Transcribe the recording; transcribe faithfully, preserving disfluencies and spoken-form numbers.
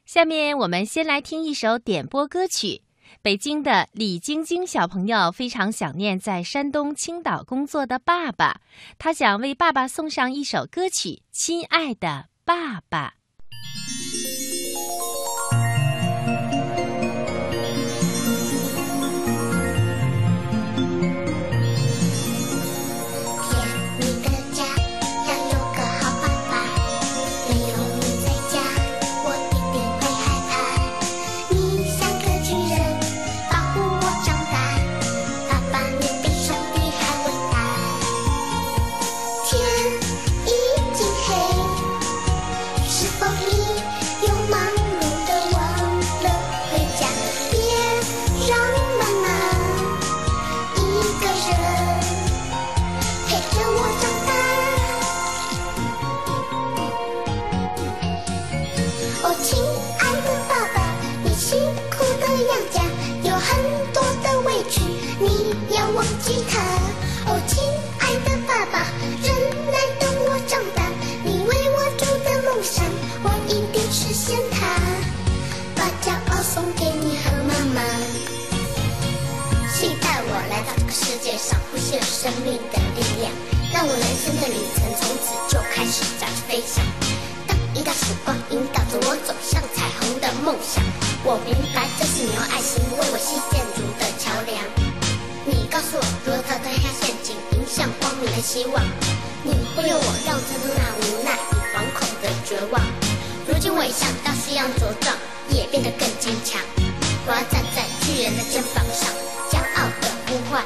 下面我们先来听一首点播歌曲。北京的李晶晶小朋友非常想念在山东青岛工作的爸爸，他想为爸爸送上一首歌曲《亲爱的爸爸》。 生命的力量，让我人生的旅程从此就开始展飞翔。当一道曙光引导着我走向彩虹的梦想，我明白这是你用爱心为我砌建筑的桥梁。你告诉我如何推开陷阱，迎向光明的希望。你忽悠我，让我承受那无奈与惶恐的绝望。如今我也想到夕阳茁壮，也变得更坚强。我要站在巨人的肩膀上，骄傲的呼唤。